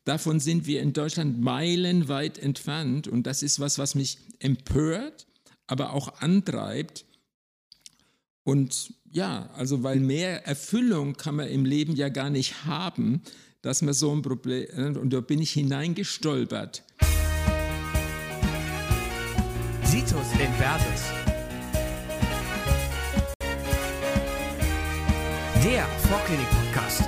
Davon sind wir in Deutschland meilenweit entfernt und das ist was mich empört, aber auch antreibt. Und ja, also weil mehr Erfüllung kann man im Leben ja gar nicht haben, dass man so ein Problem, und da bin ich hineingestolpert. Situs in Versus. Der Vorklinik-Podcast.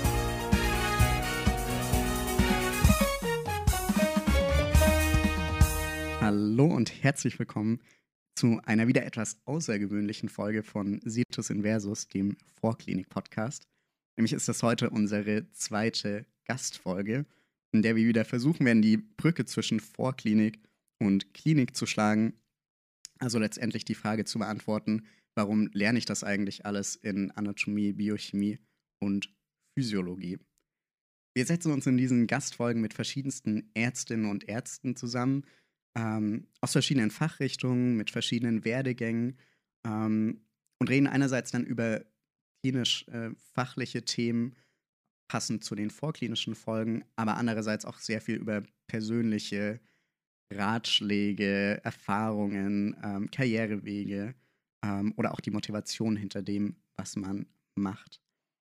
Hallo und herzlich willkommen zu einer wieder etwas außergewöhnlichen Folge von Situs in Versus, dem Vorklinik-Podcast. Nämlich ist das heute unsere zweite Gastfolge, in der wir wieder versuchen werden, die Brücke zwischen Vorklinik und Klinik zu schlagen. Also letztendlich die Frage zu beantworten, warum lerne ich das eigentlich alles in Anatomie, Biochemie und Physiologie? Wir setzen uns in diesen Gastfolgen mit verschiedensten Ärztinnen und Ärzten zusammen, aus verschiedenen Fachrichtungen, mit verschiedenen Werdegängen und reden einerseits dann über klinisch-fachliche Themen, passend zu den vorklinischen Folgen, aber andererseits auch sehr viel über persönliche Ratschläge, Erfahrungen, Karrierewege oder auch die Motivation hinter dem, was man macht.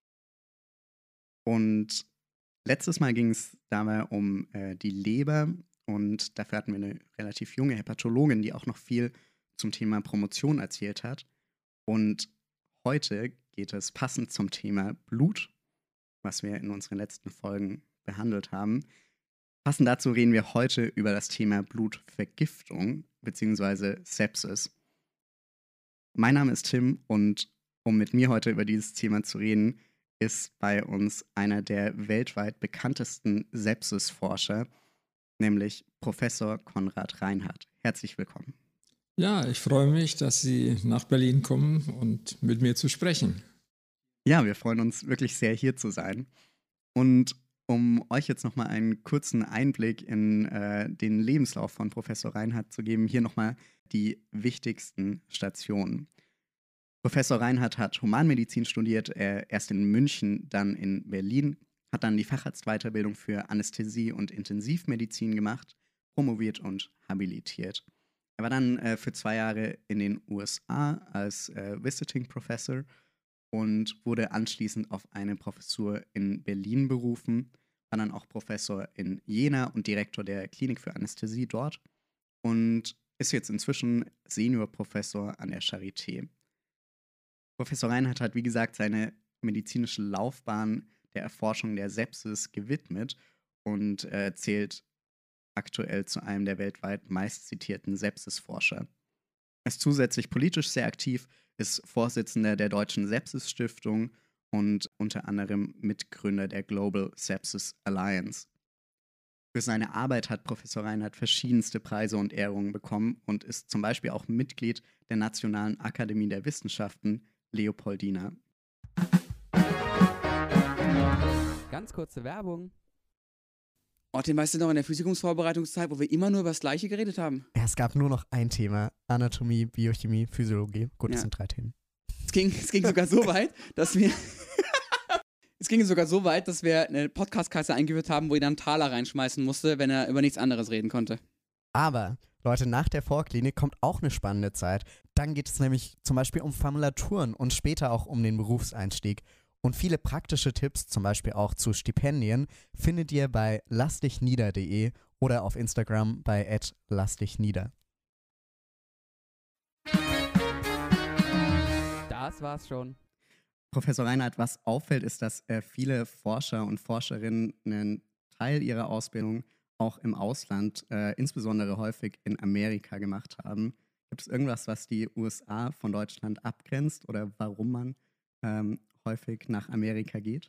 Und letztes Mal ging es dabei um die Leber. Und dafür hatten wir eine relativ junge Hepatologin, die auch noch viel zum Thema Promotion erzählt hat. Und heute geht es passend zum Thema Blut, was wir in unseren letzten Folgen behandelt haben. Passend dazu reden wir heute über das Thema Blutvergiftung bzw. Sepsis. Mein Name ist Tim und um mit mir heute über dieses Thema zu reden, ist bei uns einer der weltweit bekanntesten Sepsisforscher, nämlich Professor Konrad Reinhardt. Herzlich willkommen. Ja, ich freue mich, dass Sie nach Berlin kommen und mit mir zu sprechen. Ja, wir freuen uns wirklich sehr, hier zu sein. Und um euch jetzt nochmal einen kurzen Einblick in den Lebenslauf von Professor Reinhardt zu geben, hier nochmal die wichtigsten Stationen. Professor Reinhardt hat Humanmedizin studiert, erst in München, dann in Berlin, hat dann die Facharztweiterbildung für Anästhesie und Intensivmedizin gemacht, promoviert und habilitiert. Er war dann für 2 Jahre in den USA als Visiting Professor und wurde anschließend auf eine Professur in Berlin berufen, war dann auch Professor in Jena und Direktor der Klinik für Anästhesie dort und ist jetzt inzwischen Seniorprofessor an der Charité. Professor Reinhardt hat, wie gesagt, seine medizinische Laufbahn der Erforschung der Sepsis gewidmet und zählt aktuell zu einem der weltweit meistzitierten Sepsisforscher. Er ist zusätzlich politisch sehr aktiv, ist Vorsitzender der Deutschen Sepsis-Stiftung und unter anderem Mitgründer der Global Sepsis Alliance. Für seine Arbeit hat Professor Reinhardt verschiedenste Preise und Ehrungen bekommen und ist zum Beispiel auch Mitglied der Nationalen Akademie der Wissenschaften Leopoldina. Ganz kurze Werbung. Tim, weißt du noch in der Physikumsvorbereitungszeit, wo wir immer nur über das Gleiche geredet haben? Ja, es gab nur noch ein Thema: Anatomie, Biochemie, Physiologie. Gut, das sind 3 Themen. Es ging sogar so weit, dass wir eine Podcast-Kasse eingeführt haben, wo ihr dann einen Taler reinschmeißen musste, wenn er über nichts anderes reden konnte. Aber, Leute, nach der Vorklinik kommt auch eine spannende Zeit. Dann geht es nämlich zum Beispiel um Formulaturen und später auch um den Berufseinstieg. Und viele praktische Tipps, zum Beispiel auch zu Stipendien, findet ihr bei lassdichnieder.de oder auf Instagram bei @lassdichnieder. Das war's schon. Professor Reinhardt, was auffällt, ist, dass viele Forscher und Forscherinnen einen Teil ihrer Ausbildung auch im Ausland, insbesondere häufig in Amerika, gemacht haben. Gibt es irgendwas, was die USA von Deutschland abgrenzt oder warum man häufig nach Amerika geht?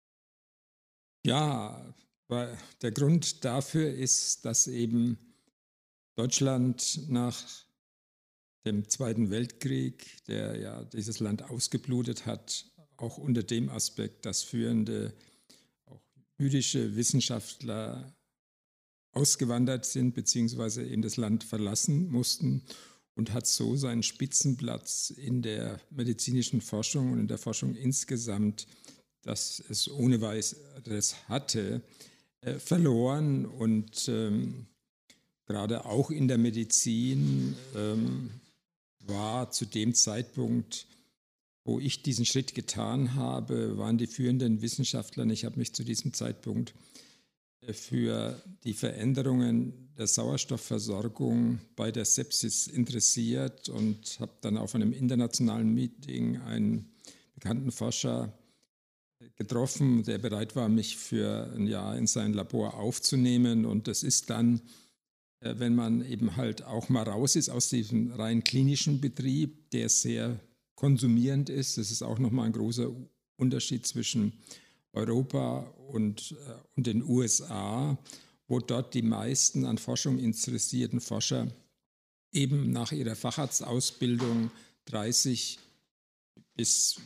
Ja, weil der Grund dafür ist, dass eben Deutschland nach dem Zweiten Weltkrieg, der ja dieses Land ausgeblutet hat, auch unter dem Aspekt, dass führende auch jüdische Wissenschaftler ausgewandert sind bzw. eben das Land verlassen mussten und hat so seinen Spitzenplatz in der medizinischen Forschung und in der Forschung insgesamt, dass es ohne weiteres hatte. verloren und gerade auch in der Medizin war zu dem Zeitpunkt, wo ich diesen Schritt getan habe, waren die führenden Wissenschaftler, ich habe mich zu diesem Zeitpunkt für die Veränderungen der Sauerstoffversorgung bei der Sepsis interessiert und habe dann auf einem internationalen Meeting einen bekannten Forscher getroffen, der bereit war, mich für ein Jahr in sein Labor aufzunehmen. Und das ist dann, wenn man eben halt auch mal raus ist aus diesem rein klinischen Betrieb, der sehr konsumierend ist. Das ist auch nochmal ein großer Unterschied zwischen Europa und den USA, wo dort die meisten an Forschung interessierten Forscher eben nach ihrer Facharztausbildung 30 bis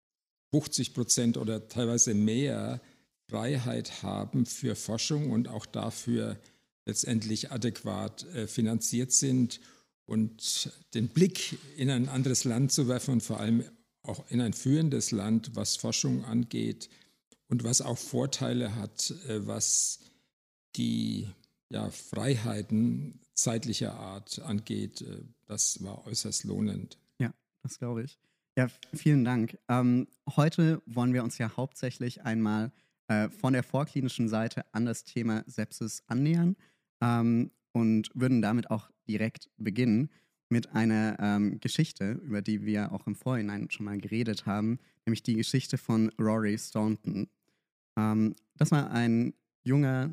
50% oder teilweise mehr Freiheit haben für Forschung und auch dafür letztendlich adäquat finanziert sind. Und den Blick in ein anderes Land zu werfen und vor allem auch in ein führendes Land, was Forschung angeht und was auch Vorteile hat, was die Freiheiten zeitlicher Art angeht, das war äußerst lohnend. Ja, das glaube ich. Ja, vielen Dank. Heute wollen wir uns ja hauptsächlich einmal von der vorklinischen Seite an das Thema Sepsis annähern und würden damit auch direkt beginnen mit einer Geschichte, über die wir auch im Vorhinein schon mal geredet haben, nämlich die Geschichte von Rory Staunton. Das war ein junger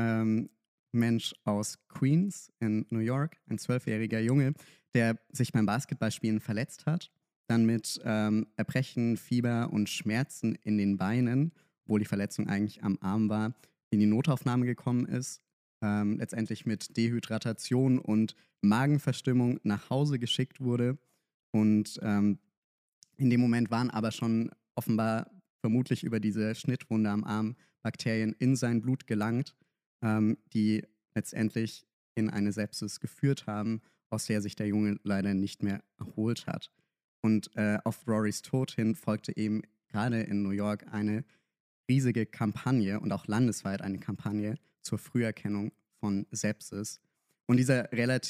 Mensch aus Queens in New York, ein 12-jähriger Junge, der sich beim Basketballspielen verletzt hat, dann mit Erbrechen, Fieber und Schmerzen in den Beinen, obwohl die Verletzung eigentlich am Arm war, in die Notaufnahme gekommen ist, letztendlich mit Dehydratation und Magenverstimmung nach Hause geschickt wurde. Und in dem Moment waren aber schon offenbar vermutlich über diese Schnittwunde am Arm Bakterien in sein Blut gelangt, die letztendlich in eine Sepsis geführt haben, aus der sich der Junge leider nicht mehr erholt hat. Und auf Rorys Tod hin folgte eben gerade in New York eine riesige Kampagne und auch landesweit eine Kampagne zur Früherkennung von Sepsis. Und dieser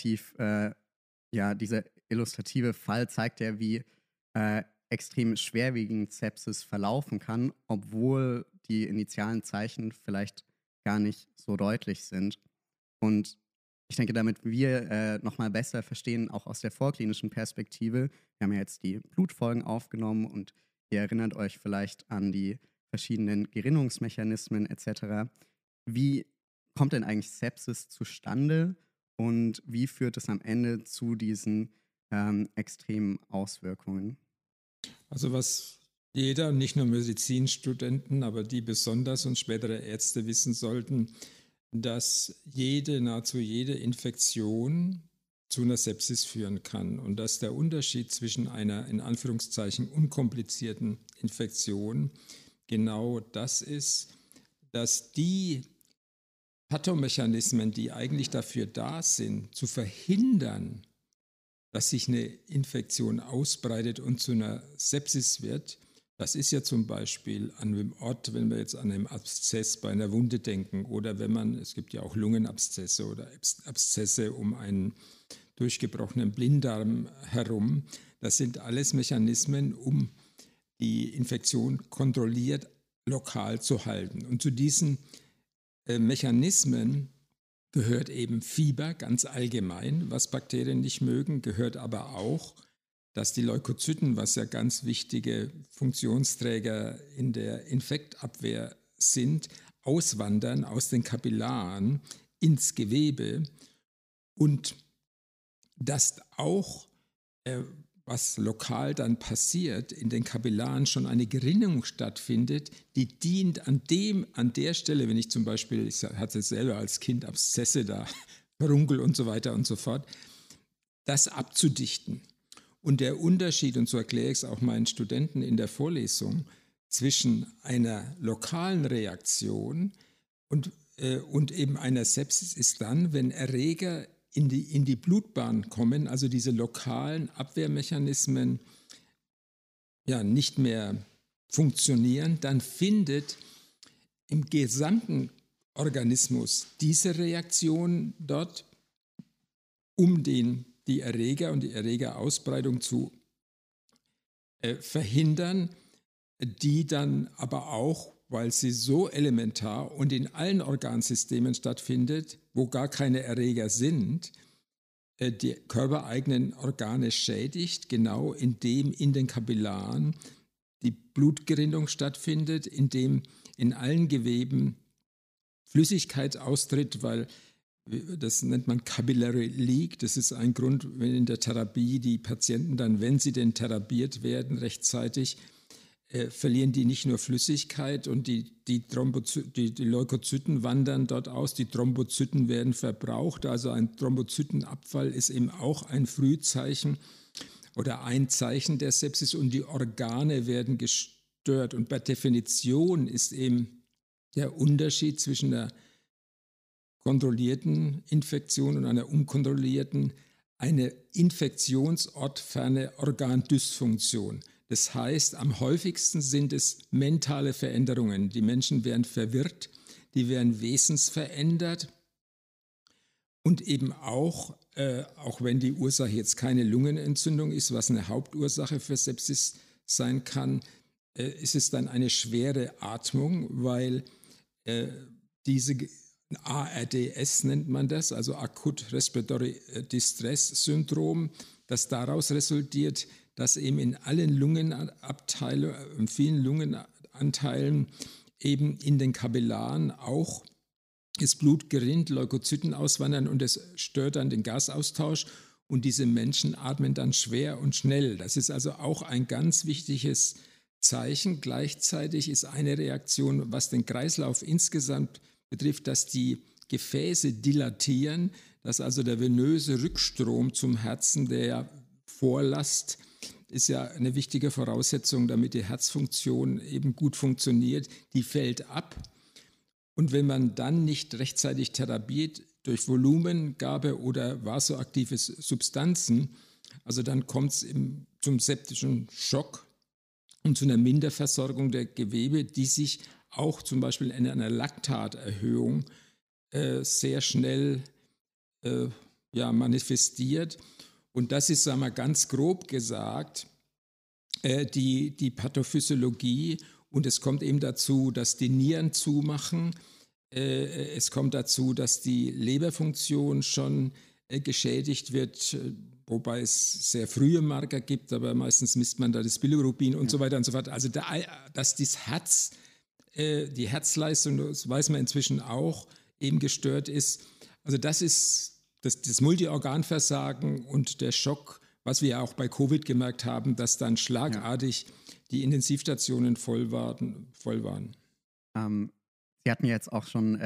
dieser illustrative Fall zeigt ja, wie extrem schwerwiegend Sepsis verlaufen kann, obwohl die initialen Zeichen vielleicht gar nicht so deutlich sind. Und ich denke, damit wir nochmal besser verstehen, auch aus der vorklinischen Perspektive, wir haben ja jetzt die Blutfolgen aufgenommen und ihr erinnert euch vielleicht an die verschiedenen Gerinnungsmechanismen etc. Wie kommt denn eigentlich Sepsis zustande und wie führt es am Ende zu diesen extremen Auswirkungen? Also was jeder, nicht nur Medizinstudenten, aber die besonders und spätere Ärzte wissen sollten, dass nahezu jede Infektion zu einer Sepsis führen kann und dass der Unterschied zwischen einer in Anführungszeichen unkomplizierten Infektion genau das ist, dass die Pathomechanismen, die eigentlich dafür da sind, zu verhindern, dass sich eine Infektion ausbreitet und zu einer Sepsis wird, das ist ja zum Beispiel an einem Ort, wenn wir jetzt an einem Abszess bei einer Wunde denken oder es gibt ja auch Lungenabszesse oder Abszesse um einen durchgebrochenen Blinddarm herum, das sind alles Mechanismen, um die Infektion kontrolliert lokal zu halten. Und zu diesen Mechanismen gehört eben Fieber ganz allgemein, was Bakterien nicht mögen, gehört aber auch, dass die Leukozyten, was ja ganz wichtige Funktionsträger in der Infektabwehr sind, auswandern aus den Kapillaren ins Gewebe und dass auch, was lokal dann passiert, in den Kapillaren schon eine Gerinnung stattfindet, die dient an der Stelle, wenn ich zum Beispiel, ich hatte selber als Kind Abszesse da, Runkel und so weiter und so fort, das abzudichten. Und der Unterschied, und so erkläre ich es auch meinen Studenten in der Vorlesung, zwischen einer lokalen Reaktion und eben einer Sepsis ist dann, wenn Erreger in die Blutbahn kommen, also diese lokalen Abwehrmechanismen nicht mehr funktionieren, dann findet im gesamten Organismus diese Reaktion dort, um die Erreger und die Erregerausbreitung zu verhindern, die dann aber auch, weil sie so elementar und in allen Organsystemen stattfindet, wo gar keine Erreger sind, die körpereigenen Organe schädigt, genau indem in den Kapillaren die Blutgerinnung stattfindet, indem in allen Geweben Flüssigkeit austritt, weil das nennt man Capillary Leak. Das ist ein Grund, wenn in der Therapie die Patienten dann, wenn sie denn therapiert werden, rechtzeitig verlieren die nicht nur Flüssigkeit und die Leukozyten wandern dort aus, die Thrombozyten werden verbraucht. Also ein Thrombozytenabfall ist eben auch ein Frühzeichen oder ein Zeichen der Sepsis und die Organe werden gestört. Und per Definition ist eben der Unterschied zwischen einer kontrollierten Infektion und einer unkontrollierten eine infektionsortferne Organdysfunktion. Das heißt, am häufigsten sind es mentale Veränderungen. Die Menschen werden verwirrt, die werden wesensverändert und eben auch wenn die Ursache jetzt keine Lungenentzündung ist, was eine Hauptursache für Sepsis sein kann, ist es dann eine schwere Atmung, weil diese ARDS nennt man das, also Acute Respiratory Distress Syndrom, das daraus resultiert, dass eben in allen Lungenabteilungen, in vielen Lungenanteilen eben in den Kapillaren auch das Blut gerinnt, Leukozyten auswandern und es stört dann den Gasaustausch und diese Menschen atmen dann schwer und schnell. Das ist also auch ein ganz wichtiges Zeichen. Gleichzeitig ist eine Reaktion, was den Kreislauf insgesamt betrifft, dass die Gefäße dilatieren, dass also der venöse Rückstrom zum Herzen, der Vorlast ist ja eine wichtige Voraussetzung, damit die Herzfunktion eben gut funktioniert, die fällt ab. Und wenn man dann nicht rechtzeitig therapiert durch Volumengabe oder vasoaktive Substanzen, also dann kommt es zum septischen Schock und zu einer Minderversorgung der Gewebe, die sich auch zum Beispiel in einer Laktaterhöhung sehr schnell manifestiert. Und das ist, sagen wir ganz grob gesagt, die Pathophysiologie. Und es kommt eben dazu, dass die Nieren zumachen. Es kommt dazu, dass die Leberfunktion schon geschädigt wird, wobei es sehr frühe Marker gibt, aber meistens misst man da das Bilirubin und so weiter und so fort. Also dass das Herz, die Herzleistung, das weiß man inzwischen auch, eben gestört ist. Also das ist das Multiorganversagen und der Schock, was wir ja auch bei Covid gemerkt haben, dass dann schlagartig die Intensivstationen voll waren. Sie hatten jetzt auch schon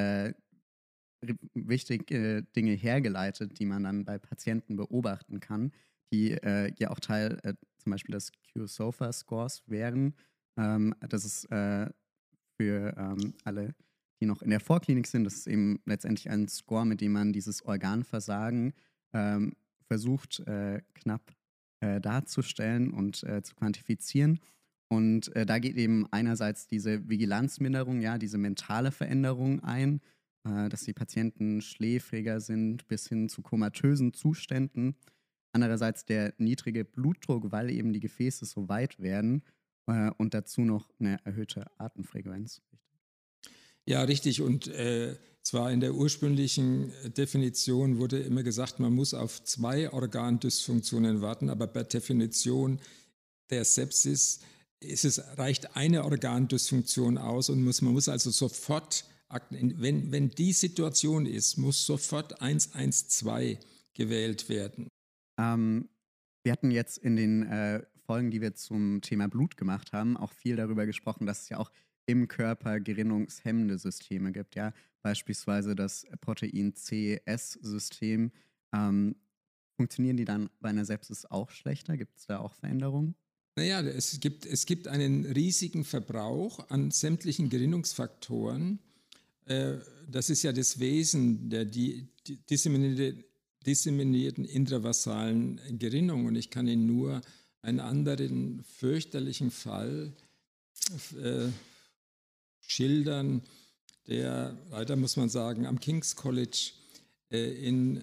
wichtige Dinge hergeleitet, die man dann bei Patienten beobachten kann, die ja auch Teil zum Beispiel des Q-SOFA-Scores wären. Das ist für alle, die noch in der Vorklinik sind, das ist eben letztendlich ein Score, mit dem man dieses Organversagen versucht, knapp darzustellen und zu quantifizieren. Und da geht eben einerseits diese Vigilanzminderung, ja, diese mentale Veränderung ein, dass die Patienten schläfriger sind bis hin zu komatösen Zuständen. Andererseits der niedrige Blutdruck, weil eben die Gefäße so weit werden und dazu noch eine erhöhte Atemfrequenz. Ja, richtig. Und zwar in der ursprünglichen Definition wurde immer gesagt, man muss auf 2 Organdysfunktionen warten, aber per Definition der Sepsis reicht eine Organdysfunktion aus und man muss also sofort, wenn die Situation ist, muss sofort 112 gewählt werden. Wir hatten jetzt in den Folgen, die wir zum Thema Blut gemacht haben, auch viel darüber gesprochen, dass es ja auch im Körper gerinnungshemmende Systeme gibt, ja, beispielsweise das Protein CS-System. Funktionieren die dann bei einer Sepsis auch schlechter? Gibt es da auch Veränderungen? Naja, es gibt einen riesigen Verbrauch an sämtlichen Gerinnungsfaktoren. Das ist ja das Wesen der disseminierten intravasalen Gerinnung. Und ich kann Ihnen nur einen anderen fürchterlichen Fall schildern. der leider, muss man sagen, am King's College in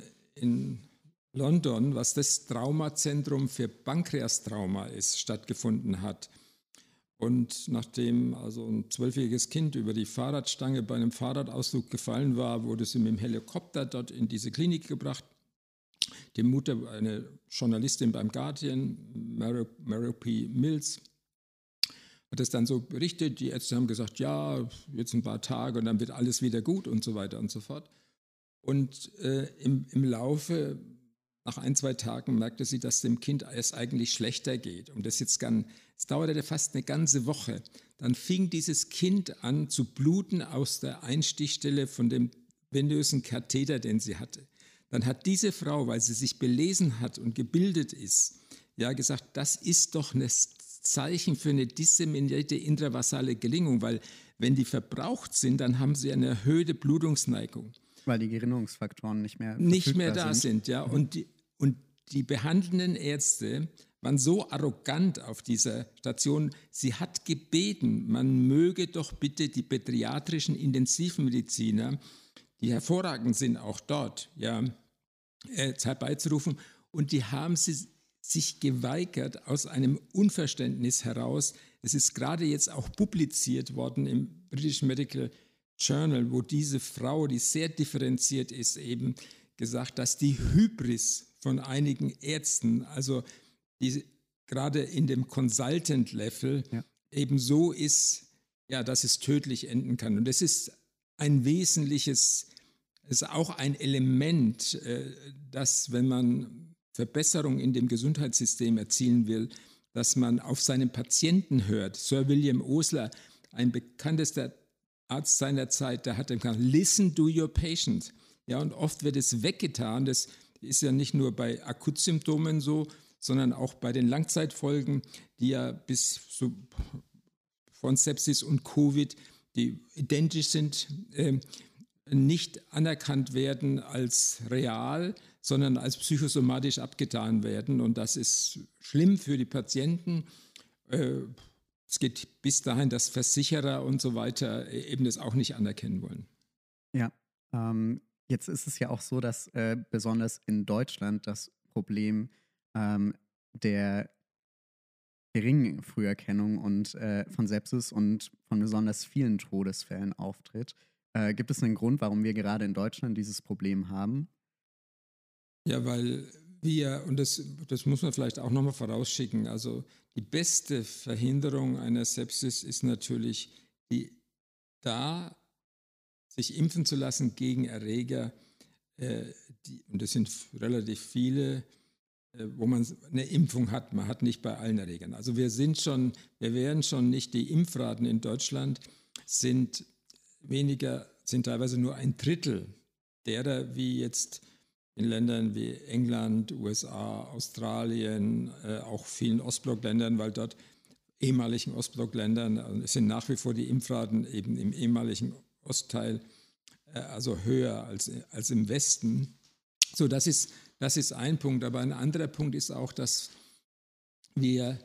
London, was das Traumazentrum für Pankreastrauma ist, stattgefunden hat. Und nachdem also ein 12-jähriges Kind über die Fahrradstange bei einem Fahrradausflug gefallen war, wurde sie mit dem Helikopter dort in diese Klinik gebracht. Die Mutter, eine Journalistin beim Guardian, Mary P. Mills, hat es dann so berichtet. Die Ärzte haben gesagt, ja, jetzt ein paar Tage und dann wird alles wieder gut und so weiter und so fort. Und im Laufe, nach 1-2 Tagen, merkte sie, dass dem Kind es eigentlich schlechter geht. Und es dauerte fast eine ganze Woche. Dann fing dieses Kind an zu bluten aus der Einstichstelle von dem venösen Katheter, den sie hatte. Dann hat diese Frau, weil sie sich belesen hat und gebildet ist, ja gesagt, das ist doch ein Zeichen für eine disseminierte intravasale Gerinnung, weil wenn die verbraucht sind, dann haben sie eine erhöhte Blutungsneigung. Weil die Gerinnungsfaktoren nicht mehr da sind. Ja. Und die behandelnden Ärzte waren so arrogant auf dieser Station, sie hat gebeten, man möge doch bitte die pädiatrischen Intensivmediziner, die hervorragend sind auch dort, ja, herbeizurufen. Und die haben sich geweigert aus einem Unverständnis heraus. Es ist gerade jetzt auch publiziert worden im British Medical Journal, wo diese Frau, die sehr differenziert ist, eben gesagt, dass die Hybris von einigen Ärzten, also die gerade in dem Consultant-Level eben so ist, ja, dass es tödlich enden kann. Und es ist ein wesentliches, es ist auch ein Element, dass, wenn man Verbesserung in dem Gesundheitssystem erzielen will, dass man auf seinen Patienten hört. Sir William Osler, ein bekanntester Arzt seiner Zeit, der hat gesagt, listen to your patient. Ja, und oft wird es weggetan. Das ist ja nicht nur bei Akutsymptomen so, sondern auch bei den Langzeitfolgen, die ja bis von Sepsis und Covid, die identisch sind, nicht anerkannt werden als real, sondern als psychosomatisch abgetan werden. Und das ist schlimm für die Patienten. Es geht bis dahin, dass Versicherer und so weiter eben das auch nicht anerkennen wollen. Ja, jetzt ist es ja auch so, dass besonders in Deutschland das Problem der geringen Früherkennung und von Sepsis und von besonders vielen Todesfällen auftritt. Gibt es einen Grund, warum wir gerade in Deutschland dieses Problem haben? Ja, weil wir, und das muss man vielleicht auch nochmal vorausschicken, also die beste Verhinderung einer Sepsis ist natürlich, sich impfen zu lassen gegen Erreger, und das sind relativ viele, wo man eine Impfung hat. Man hat nicht bei allen Erregern. Also wir wären schon nicht, die Impfraten in Deutschland sind teilweise nur 1/3 derer wie jetzt in Ländern wie England, USA, Australien, auch vielen Ostblockländern, weil dort ehemaligen Ostblockländern, es sind nach wie vor die Impfraten eben im ehemaligen Ostteil, also höher als im Westen. So, das ist ein Punkt. Aber ein anderer Punkt ist auch, dass wir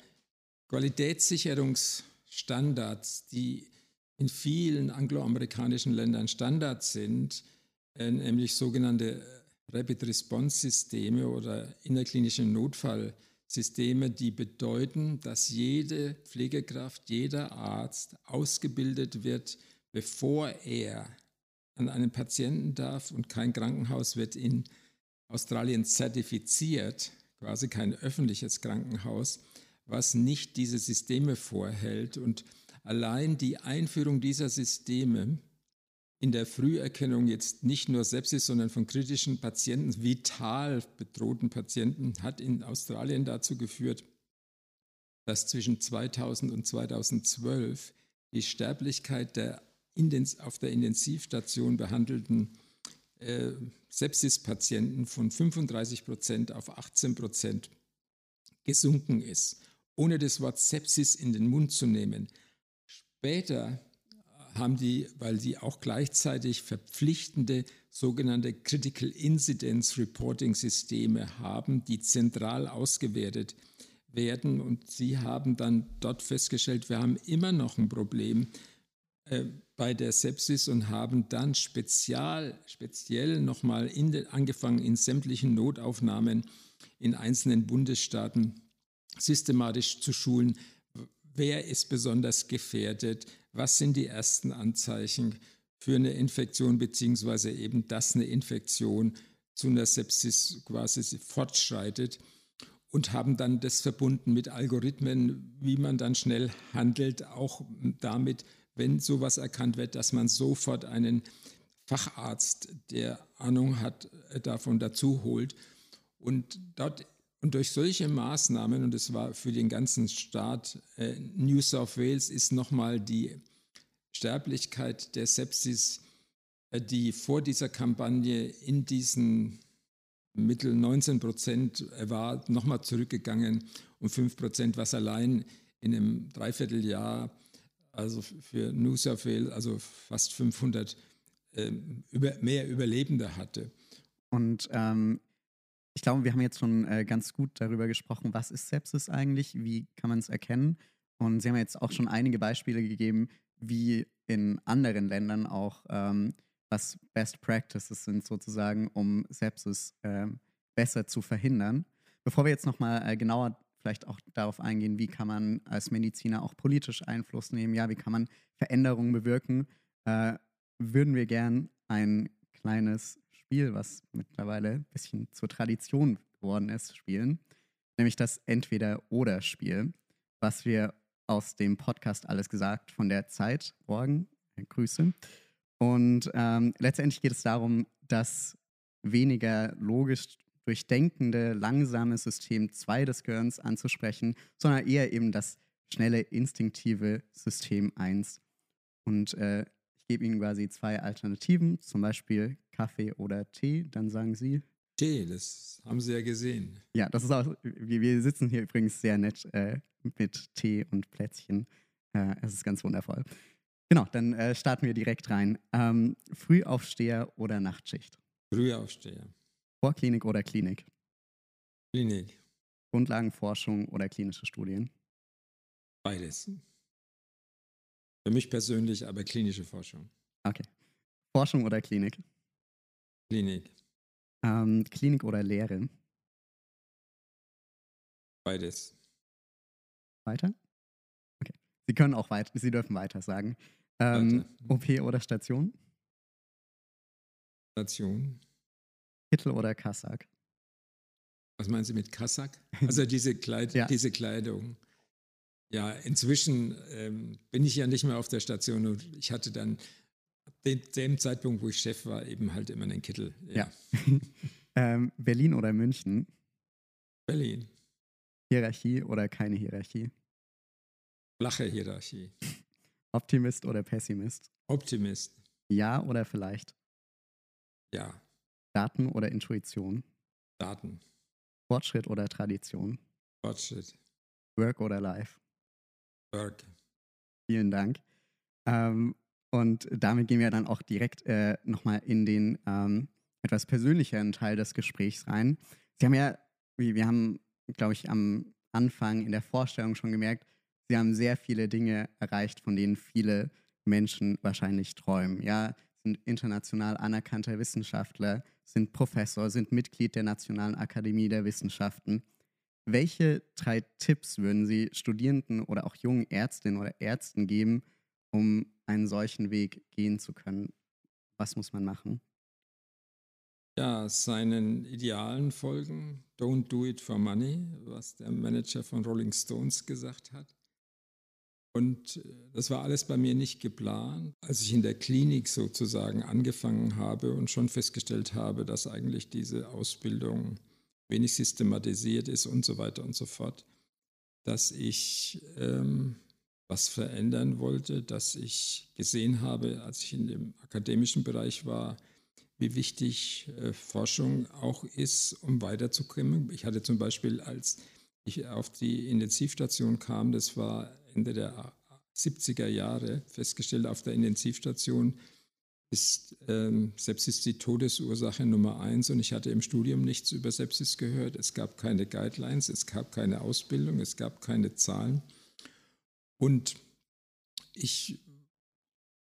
Qualitätssicherungsstandards, die in vielen angloamerikanischen Ländern Standards sind, nämlich sogenannte Rapid-Response-Systeme oder innerklinische Notfallsysteme, die bedeuten, dass jede Pflegekraft, jeder Arzt ausgebildet wird, bevor er an einen Patienten darf, und kein Krankenhaus wird in Australien zertifiziert, quasi kein öffentliches Krankenhaus, was nicht diese Systeme vorhält. Und allein die Einführung dieser Systeme in der Früherkennung jetzt nicht nur Sepsis, sondern von kritischen Patienten, vital bedrohten Patienten, hat in Australien dazu geführt, dass zwischen 2000 und 2012 die Sterblichkeit der auf der Intensivstation behandelten Sepsispatienten von 35% auf 18% gesunken ist, ohne das Wort Sepsis in den Mund zu nehmen. Später haben die, weil sie auch gleichzeitig verpflichtende sogenannte Critical Incidence Reporting Systeme haben, die zentral ausgewertet werden, und sie haben dann dort festgestellt, wir haben immer noch ein Problem bei der Sepsis und haben dann speziell nochmal angefangen, in sämtlichen Notaufnahmen in einzelnen Bundesstaaten systematisch zu schulen, wer ist besonders gefährdet, was sind die ersten Anzeichen für eine Infektion, beziehungsweise eben, dass eine Infektion zu einer Sepsis quasi fortschreitet, und haben dann das verbunden mit Algorithmen, wie man dann schnell handelt, auch damit, wenn sowas erkannt wird, dass man sofort einen Facharzt, der Ahnung hat, davon dazu holt. Und durch solche Maßnahmen, und es war für den ganzen Staat, New South Wales ist nochmal die Sterblichkeit der Sepsis, die vor dieser Kampagne in diesen Mittel 19% war, nochmal zurückgegangen um 5%, was allein in einem Dreivierteljahr, also für New South Wales, also fast 500 mehr Überlebende hatte. Und ich glaube, wir haben jetzt schon ganz gut darüber gesprochen, was ist Sepsis eigentlich, wie kann man es erkennen. Und Sie haben jetzt auch schon einige Beispiele gegeben, wie in anderen Ländern auch was Best Practices sind sozusagen, um Sepsis besser zu verhindern. Bevor wir jetzt nochmal genauer vielleicht auch darauf eingehen, wie kann man als Mediziner auch politisch Einfluss nehmen, ja, wie kann man Veränderungen bewirken, würden wir gern ein kleines Spiel, was mittlerweile ein bisschen zur Tradition geworden ist, spielen. Nämlich das Entweder-Oder-Spiel, was wir aus dem Podcast Alles gesagt von der Zeit borgen. Grüße. Und letztendlich geht es darum, das weniger logisch durchdenkende, langsame System 2 des Gehirns anzusprechen, sondern eher eben das schnelle, instinktive System 1. Und ich gebe Ihnen quasi 2 Alternativen, zum Beispiel Kaffee oder Tee. Dann sagen Sie. Tee, das haben Sie ja gesehen. Ja, das ist auch, wir sitzen hier übrigens sehr nett mit Tee und Plätzchen. Es ist ganz wundervoll. Genau, dann starten wir direkt rein. Frühaufsteher oder Nachtschicht? Frühaufsteher. Vorklinik oder Klinik? Klinik. Grundlagenforschung oder klinische Studien? Beides. Für mich persönlich aber klinische Forschung. Okay. Forschung oder Klinik? Klinik. Klinik oder Lehre? Beides. Weiter? Okay. Sie können auch weiter, Sie dürfen weiter sagen. Weiter. OP oder Station? Station. Kittel oder Kassak? Was meinen Sie mit Kassak? Also diese Kleidung. Ja, inzwischen bin ich ja nicht mehr auf der Station und ich hatte dann dem Zeitpunkt, wo ich Chef war, eben halt immer einen Kittel. Ja. Berlin oder München? Berlin. Hierarchie oder keine Hierarchie? Flache Hierarchie. Optimist oder Pessimist? Optimist. Ja oder vielleicht? Ja. Daten oder Intuition? Daten. Fortschritt oder Tradition? Fortschritt. Work oder Life? Work. Vielen Dank. Und damit gehen wir dann auch direkt nochmal in den etwas persönlicheren Teil des Gesprächs rein. Sie haben ja, wir haben, glaube ich, am Anfang in der Vorstellung schon gemerkt, Sie haben sehr viele Dinge erreicht, von denen viele Menschen wahrscheinlich träumen. Ja, sind international anerkannter Wissenschaftler, sind Professor, sind Mitglied der Nationalen Akademie der Wissenschaften. Welche 3 Tipps würden Sie Studierenden oder auch jungen Ärztinnen oder Ärzten geben, um einen solchen Weg gehen zu können? Was muss man machen? Ja, seinen Idealen folgen. Don't do it for money, was der Manager von Rolling Stones gesagt hat. Und das war alles bei mir nicht geplant. Als ich in der Klinik sozusagen angefangen habe und schon festgestellt habe, dass eigentlich diese Ausbildung wenig systematisiert ist und so weiter und so fort, dass ich was verändern wollte, dass ich gesehen habe, als ich in dem akademischen Bereich war, wie wichtig Forschung auch ist, um weiterzukommen. Ich hatte zum Beispiel, als ich auf die Intensivstation kam, das war Ende der 70er Jahre, festgestellt, auf der Intensivstation ist Sepsis die Todesursache Nummer 1 und ich hatte im Studium nichts über Sepsis gehört. Es gab keine Guidelines, es gab keine Ausbildung, es gab keine Zahlen. Und ich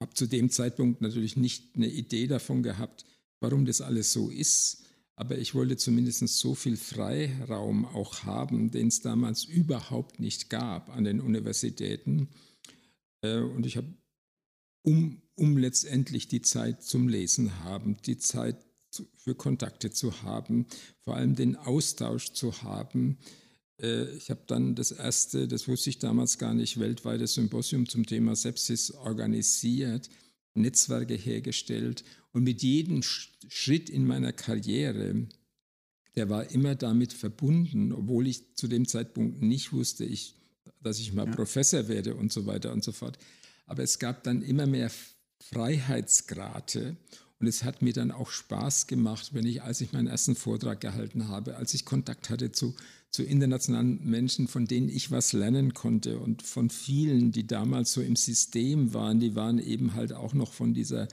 habe zu dem Zeitpunkt natürlich nicht eine Idee davon gehabt, warum das alles so ist. Aber ich wollte zumindest so viel Freiraum auch haben, den es damals überhaupt nicht gab an den Universitäten. Und ich habe, um letztendlich die Zeit zum Lesen haben, die Zeit für Kontakte zu haben, vor allem den Austausch zu haben. Ich habe dann das erste, das wusste ich damals gar nicht, weltweite Symposium zum Thema Sepsis organisiert, Netzwerke hergestellt und mit jedem Schritt in meiner Karriere, der war immer damit verbunden, obwohl ich zu dem Zeitpunkt nicht wusste, dass ich mal Professor werde und so weiter und so fort. Aber es gab dann immer mehr Freiheitsgrade und es hat mir dann auch Spaß gemacht, als ich meinen ersten Vortrag gehalten habe, als ich Kontakt hatte zu internationalen Menschen, von denen ich was lernen konnte und von vielen, die damals so im System waren, die waren eben halt auch noch von diesem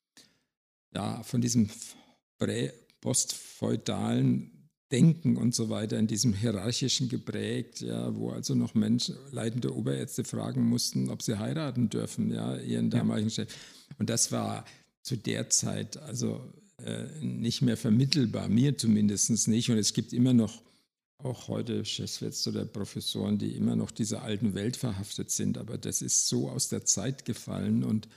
postfeudalen Denken und so weiter, in diesem hierarchischen geprägt, ja, wo also noch Menschen, leitende Oberärzte fragen mussten, ob sie heiraten dürfen, ja, ihren damaligen Chef. Und das war zu der Zeit also nicht mehr vermittelbar, mir zumindest nicht. Und es gibt immer noch auch heute Chefs oder Professoren, die immer noch dieser alten Welt verhaftet sind. Aber das ist so aus der Zeit gefallen. Und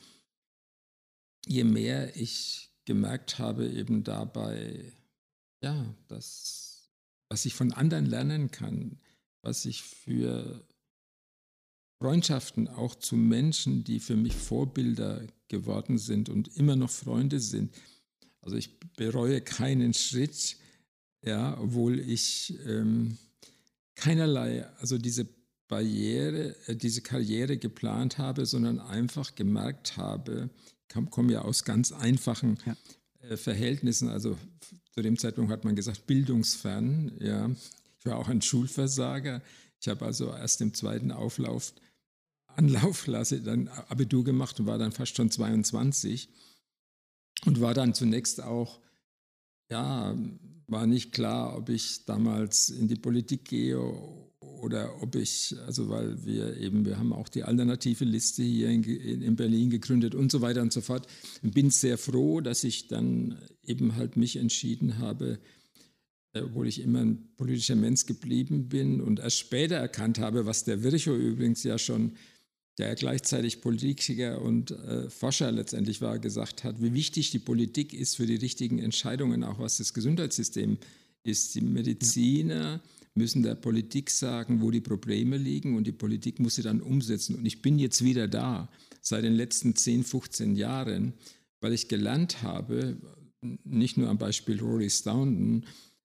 je mehr ich gemerkt habe, eben dabei, ja, was ich von anderen lernen kann, was ich für Freundschaften auch zu Menschen, die für mich Vorbilder geworden sind und immer noch Freunde sind. Also ich bereue keinen Schritt, ja, obwohl ich keinerlei, also diese Karriere geplant habe, sondern einfach gemerkt habe, ich komme ja aus ganz einfachen Verhältnissen, also zu dem Zeitpunkt hat man gesagt, bildungsfern, ja. Ich war auch ein Schulversager. Ich habe also erst im zweiten Anlaufklasse dann Abitur gemacht und war dann fast schon 22 und war dann zunächst auch, ja, war nicht klar, ob ich damals in die Politik gehe oder ob ich, also weil wir haben auch die alternative Liste hier in Berlin gegründet und so weiter und so fort. Und bin sehr froh, dass ich dann eben halt mich entschieden habe, obwohl ich immer ein politischer Mensch geblieben bin und erst später erkannt habe, was der Virchow übrigens ja schon, der gleichzeitig Politiker und Forscher letztendlich war, gesagt hat, wie wichtig die Politik ist für die richtigen Entscheidungen, auch was das Gesundheitssystem ist. Die Mediziner müssen der Politik sagen, wo die Probleme liegen und die Politik muss sie dann umsetzen. Und ich bin jetzt wieder da, seit den letzten 10, 15 Jahren, weil ich gelernt habe, nicht nur am Beispiel Rory Stoughton,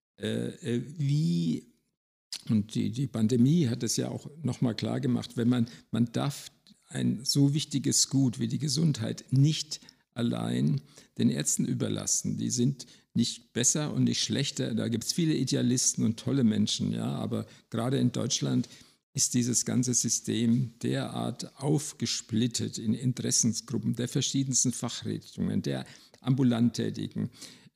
und die Pandemie hat es ja auch nochmal klar gemacht, wenn man darf ein so wichtiges Gut wie die Gesundheit nicht allein den Ärzten überlassen. Die sind nicht besser und nicht schlechter. Da gibt es viele Idealisten und tolle Menschen, ja, aber gerade in Deutschland ist dieses ganze System derart aufgesplittet in Interessensgruppen der verschiedensten Fachrichtungen, der ambulant Tätigen.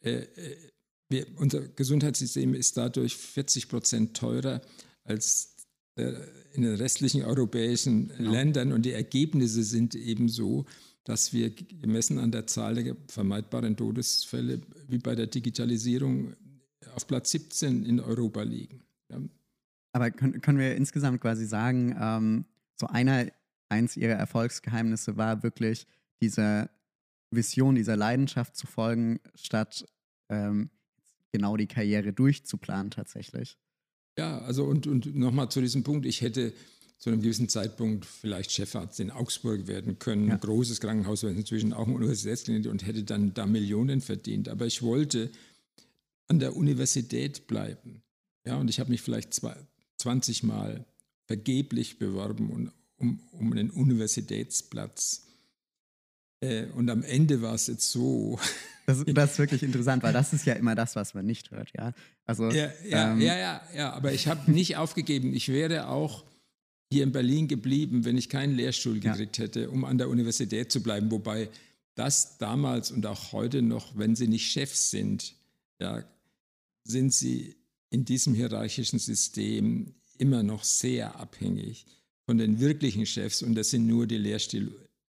Unser Gesundheitssystem ist dadurch 40% teurer als in den restlichen europäischen Ländern und die Ergebnisse sind eben so, dass wir gemessen an der Zahl der vermeidbaren Todesfälle wie bei der Digitalisierung auf Platz 17 in Europa liegen. Ja. Aber können wir insgesamt quasi sagen, eins ihrer Erfolgsgeheimnisse war wirklich diese Vision, dieser Leidenschaft zu folgen, statt genau die Karriere durchzuplanen tatsächlich. Ja, also und nochmal zu diesem Punkt, ich hätte zu einem gewissen Zeitpunkt vielleicht Chefarzt in Augsburg werden können, ein großes Krankenhaus, was inzwischen auch eine Universitätsklinik und hätte dann da Millionen verdient. Aber ich wollte an der Universität bleiben. Ja, und ich habe mich vielleicht 20 Mal vergeblich beworben um einen Universitätsplatz. Und am Ende war es jetzt so. Das ist wirklich interessant, weil das ist ja immer das, was man nicht hört, ja. Also, ja, aber ich habe nicht aufgegeben. Ich wäre auch hier in Berlin geblieben, wenn ich keinen Lehrstuhl gekriegt hätte, um an der Universität zu bleiben. Wobei das damals und auch heute noch, wenn sie nicht Chefs sind, ja, sind sie in diesem hierarchischen System immer noch sehr abhängig von den wirklichen Chefs und das sind nur die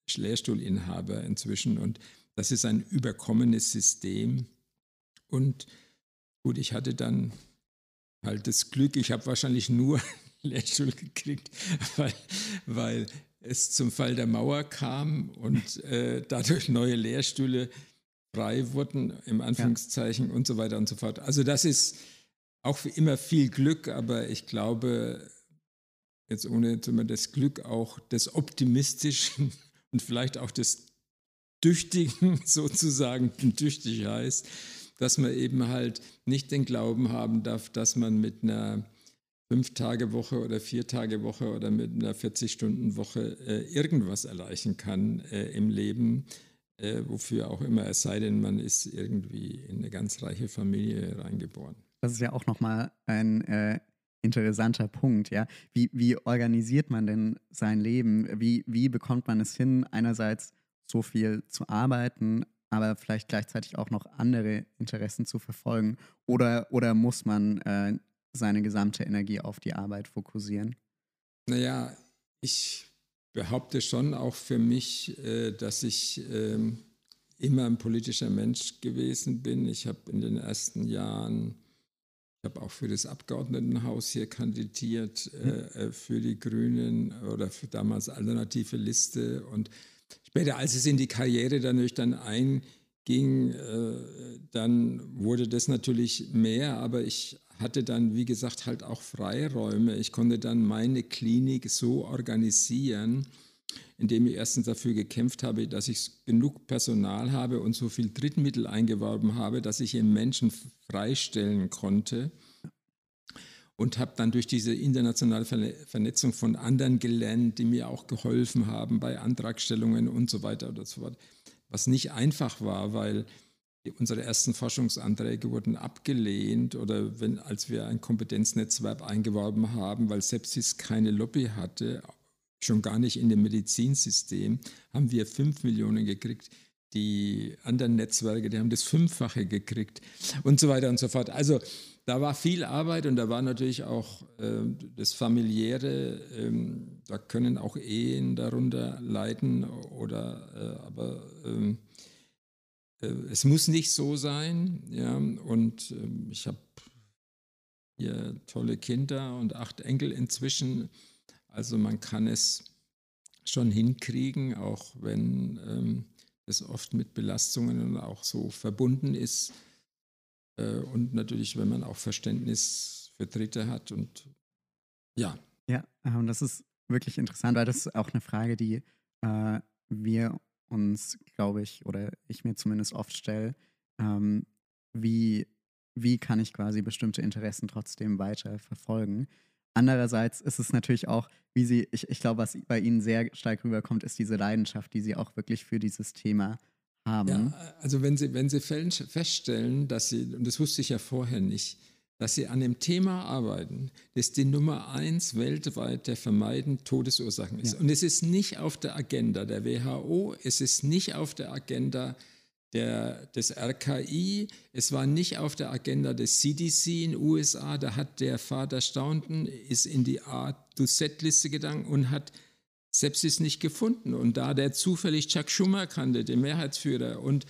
Lehrstuhlinhaber inzwischen und das ist ein überkommenes System. Und gut, ich hatte dann halt das Glück, ich habe wahrscheinlich nur Lehrstuhl gekriegt, weil es zum Fall der Mauer kam und dadurch neue Lehrstühle frei wurden, im Anführungszeichen und so weiter und so fort. Also das ist auch immer viel Glück, aber ich glaube, jetzt ohne das Glück auch des Optimistischen und vielleicht auch des Tüchtigen sozusagen, tüchtig heißt, dass man eben halt nicht den Glauben haben darf, dass man mit einer 5-Tage-Woche oder 4-Tage-Woche oder mit einer 40-Stunden-Woche irgendwas erreichen kann im Leben, wofür auch immer, es sei denn, man ist irgendwie in eine ganz reiche Familie reingeboren. Das ist ja auch nochmal ein interessanter Punkt, ja. Wie organisiert man denn sein Leben? Wie bekommt man es hin, einerseits so viel zu arbeiten, aber vielleicht gleichzeitig auch noch andere Interessen zu verfolgen? Oder muss man seine gesamte Energie auf die Arbeit fokussieren? Naja, ich behaupte schon auch für mich, dass ich immer ein politischer Mensch gewesen bin. Ich habe in den ersten Jahren, ich habe auch für das Abgeordnetenhaus hier kandidiert, für die Grünen oder für damals Alternative Liste. Und später, als es in die Karriere dann einging, dann wurde das natürlich mehr, aber ich hatte dann, wie gesagt, halt auch Freiräume. Ich konnte dann meine Klinik so organisieren, indem ich erstens dafür gekämpft habe, dass ich genug Personal habe und so viel Drittmittel eingeworben habe, dass ich eben Menschen freistellen konnte. Und habe dann durch diese internationale Vernetzung von anderen gelernt, die mir auch geholfen haben bei Antragstellungen und so weiter und so fort. Was nicht einfach war, weil unsere ersten Forschungsanträge wurden abgelehnt oder als wir ein Kompetenznetzwerk eingeworben haben, weil Sepsis keine Lobby hatte, schon gar nicht in dem Medizinsystem, haben wir 5 Millionen gekriegt. Die anderen Netzwerke, die haben das 5-fache gekriegt und so weiter und so fort. Also da war viel Arbeit und da war natürlich auch das Familiäre, da können auch Ehen darunter leiden aber es muss nicht so sein, ja, und ich habe hier tolle Kinder und 8 Enkel inzwischen, also man kann es schon hinkriegen, auch wenn es oft mit Belastungen auch so verbunden ist und natürlich, wenn man auch Verständnis für Dritte hat und ja. Ja, das ist wirklich interessant, weil das ist auch eine Frage, die wir uns, glaube ich, oder ich mir zumindest oft stelle, wie kann ich quasi bestimmte Interessen trotzdem weiter verfolgen? Andererseits ist es natürlich auch, ich glaube, was bei Ihnen sehr stark rüberkommt, ist diese Leidenschaft, die Sie auch wirklich für dieses Thema haben. Ja, also wenn Sie feststellen, dass Sie, und das wusste ich ja vorher nicht, dass Sie an dem Thema arbeiten, das die Nummer 1 weltweit der Vermeiden Todesursachen ist. Ja. Und es ist nicht auf der Agenda der WHO, es ist nicht auf der Agenda des RKI, es war nicht auf der Agenda des CDC in den USA, da hat der Vater Staunton, ist in die A-to-Z-Liste gegangen und hat Sepsis nicht gefunden. Und da der zufällig Chuck Schumer kannte, den Mehrheitsführer, und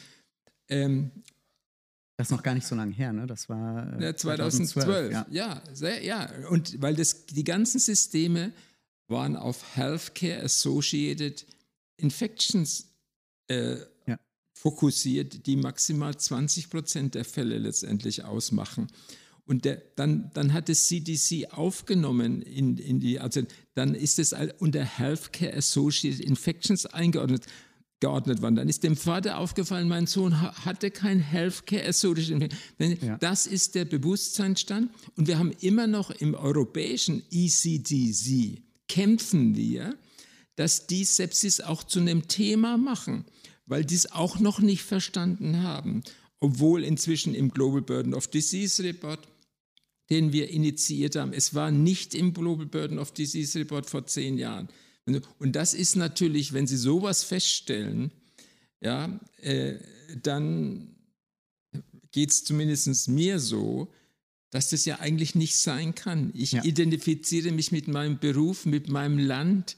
das ist noch gar nicht so lange her, ne? Das war 2012. Ja. Und weil die ganzen Systeme waren auf Healthcare Associated Infections fokussiert, die maximal 20% der Fälle letztendlich ausmachen. Und dann hat das CDC aufgenommen also dann ist es unter Healthcare Associated Infections eingeordnet worden. Dann ist dem Vater aufgefallen, mein Sohn hatte kein Healthcare Associated Infections. Ja. Das ist der Bewusstseinsstand. Und wir haben immer noch im europäischen ECDC kämpfen wir, dass die Sepsis auch zu einem Thema machen, weil die es auch noch nicht verstanden haben. Obwohl inzwischen im Global Burden of Disease Report, den wir initiiert haben, es war nicht im Global Burden of Disease Report vor 10 Jahren. Und das ist natürlich, wenn Sie sowas feststellen, ja, dann geht es zumindest mir so, dass das ja eigentlich nicht sein kann. Ich identifiziere mich mit meinem Beruf, mit meinem Land,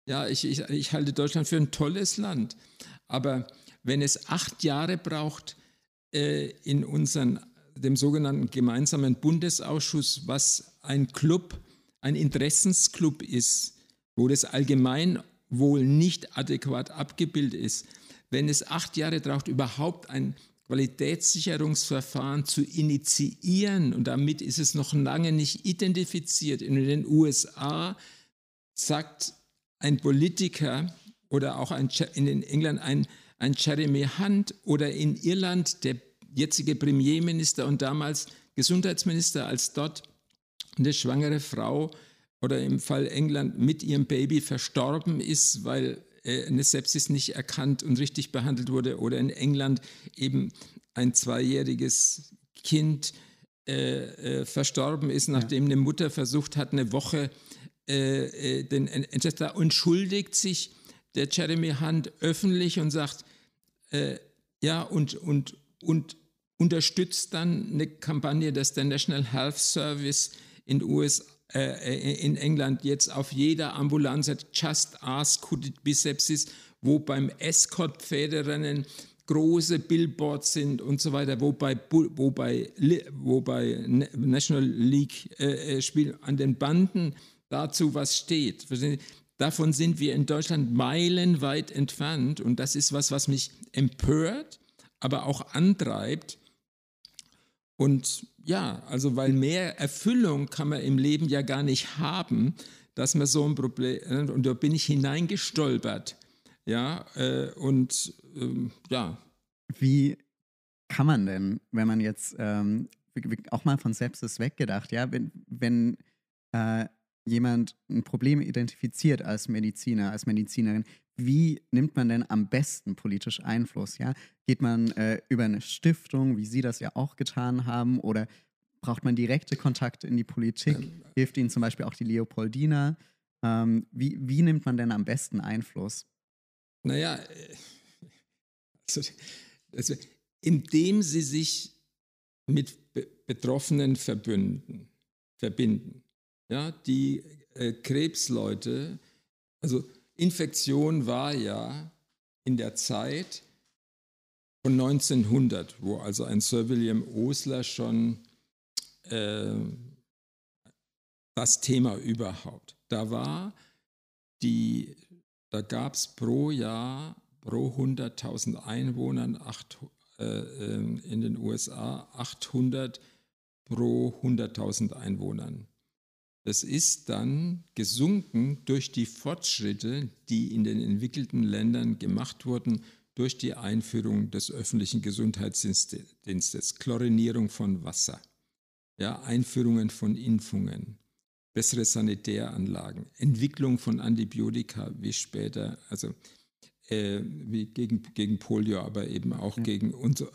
Ja, ich halte Deutschland für ein tolles Land. Aber wenn es 8 Jahre braucht in dem sogenannten gemeinsamen Bundesausschuss, was ein Interessensclub ist, wo das Allgemeinwohl nicht adäquat abgebildet ist, wenn es 8 Jahre braucht, überhaupt ein Qualitätssicherungsverfahren zu initiieren, und damit ist es noch lange nicht identifiziert. In den USA sagt ein Politiker oder auch in England ein Jeremy Hunt oder in Irland der jetzige Premierminister und damals Gesundheitsminister, als dort eine schwangere Frau oder im Fall England mit ihrem Baby verstorben ist, weil eine Sepsis nicht erkannt und richtig behandelt wurde, oder in England eben ein 2-jähriges Kind verstorben ist, nachdem eine Mutter versucht hat, eine Woche da entschuldigt sich der Jeremy Hunt öffentlich und sagt, und unterstützt dann eine Kampagne, dass der National Health Service in England jetzt auf jeder Ambulanz hat, just ask, could it be sepsis, wo beim Escort-Pferderennen große Billboards sind und so weiter, wo bei National League Spielen an den Banden dazu was steht. Davon sind wir in Deutschland meilenweit entfernt, und das ist was mich empört, aber auch antreibt. Und ja, also weil mehr Erfüllung kann man im Leben ja gar nicht haben, dass man so ein Problem, und da bin ich hineingestolpert. Ja, ja. Wie kann man denn, wenn man jetzt auch mal von Sepsis weggedacht, ja, wenn jemand ein Problem identifiziert als Mediziner, als Medizinerin, wie nimmt man denn am besten politisch Einfluss? Ja? Geht man über eine Stiftung, wie Sie das ja auch getan haben, oder braucht man direkte Kontakte in die Politik? Hilft Ihnen zum Beispiel auch die Leopoldina? Wie nimmt man denn am besten Einfluss? Naja, indem Sie sich mit Betroffenen verbinden. Ja, die Krebsleute, also Infektion war ja in der Zeit von 1900, wo also ein Sir William Osler schon das Thema überhaupt. Da gab es pro Jahr, pro 100.000 Einwohnern in den USA 800 pro 100.000 Einwohnern. Das ist dann gesunken durch die Fortschritte, die in den entwickelten Ländern gemacht wurden, durch die Einführung des öffentlichen Gesundheitsdienstes, Chlorinierung von Wasser, ja, Einführungen von Impfungen, bessere Sanitäranlagen, Entwicklung von Antibiotika, wie später, also wie gegen Polio, aber eben auch gegen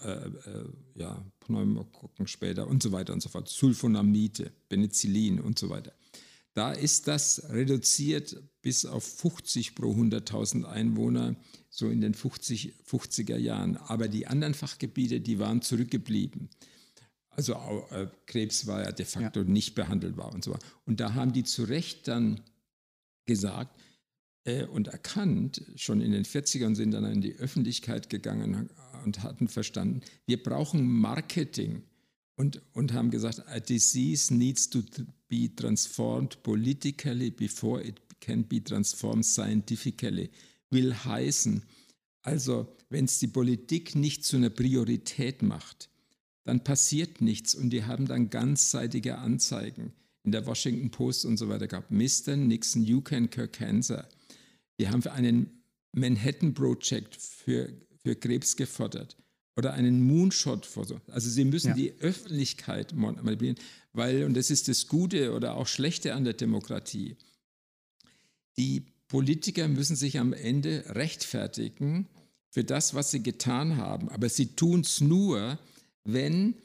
Pneumokokken später und so weiter und so fort, Sulfonamide, Penicillin und so weiter. Da ist das reduziert bis auf 50 pro 100.000 Einwohner, so in den 50er Jahren. Aber die anderen Fachgebiete, die waren zurückgeblieben. Also Krebs war ja de facto nicht behandelbar und so weiter. Und da haben die zu Recht dann gesagt und erkannt, schon in den 40ern, sind dann in die Öffentlichkeit gegangen und hatten verstanden, wir brauchen Marketing. Und haben gesagt, a disease needs to be transformed politically before it can be transformed scientifically. Will heißen, also wenn es die Politik nicht zu einer Priorität macht, dann passiert nichts. Und die haben dann ganzseitige Anzeigen in der Washington Post und so weiter gehabt. Mr. Nixon, you can cure cancer. Die haben für einen Manhattan Project für Krebs gefordert. Oder einen Moonshot vor so. Also sie müssen die Öffentlichkeit manipulieren, weil, und das ist das Gute oder auch Schlechte an der Demokratie, die Politiker müssen sich am Ende rechtfertigen für das, was sie getan haben. Aber sie tun es nur, wenn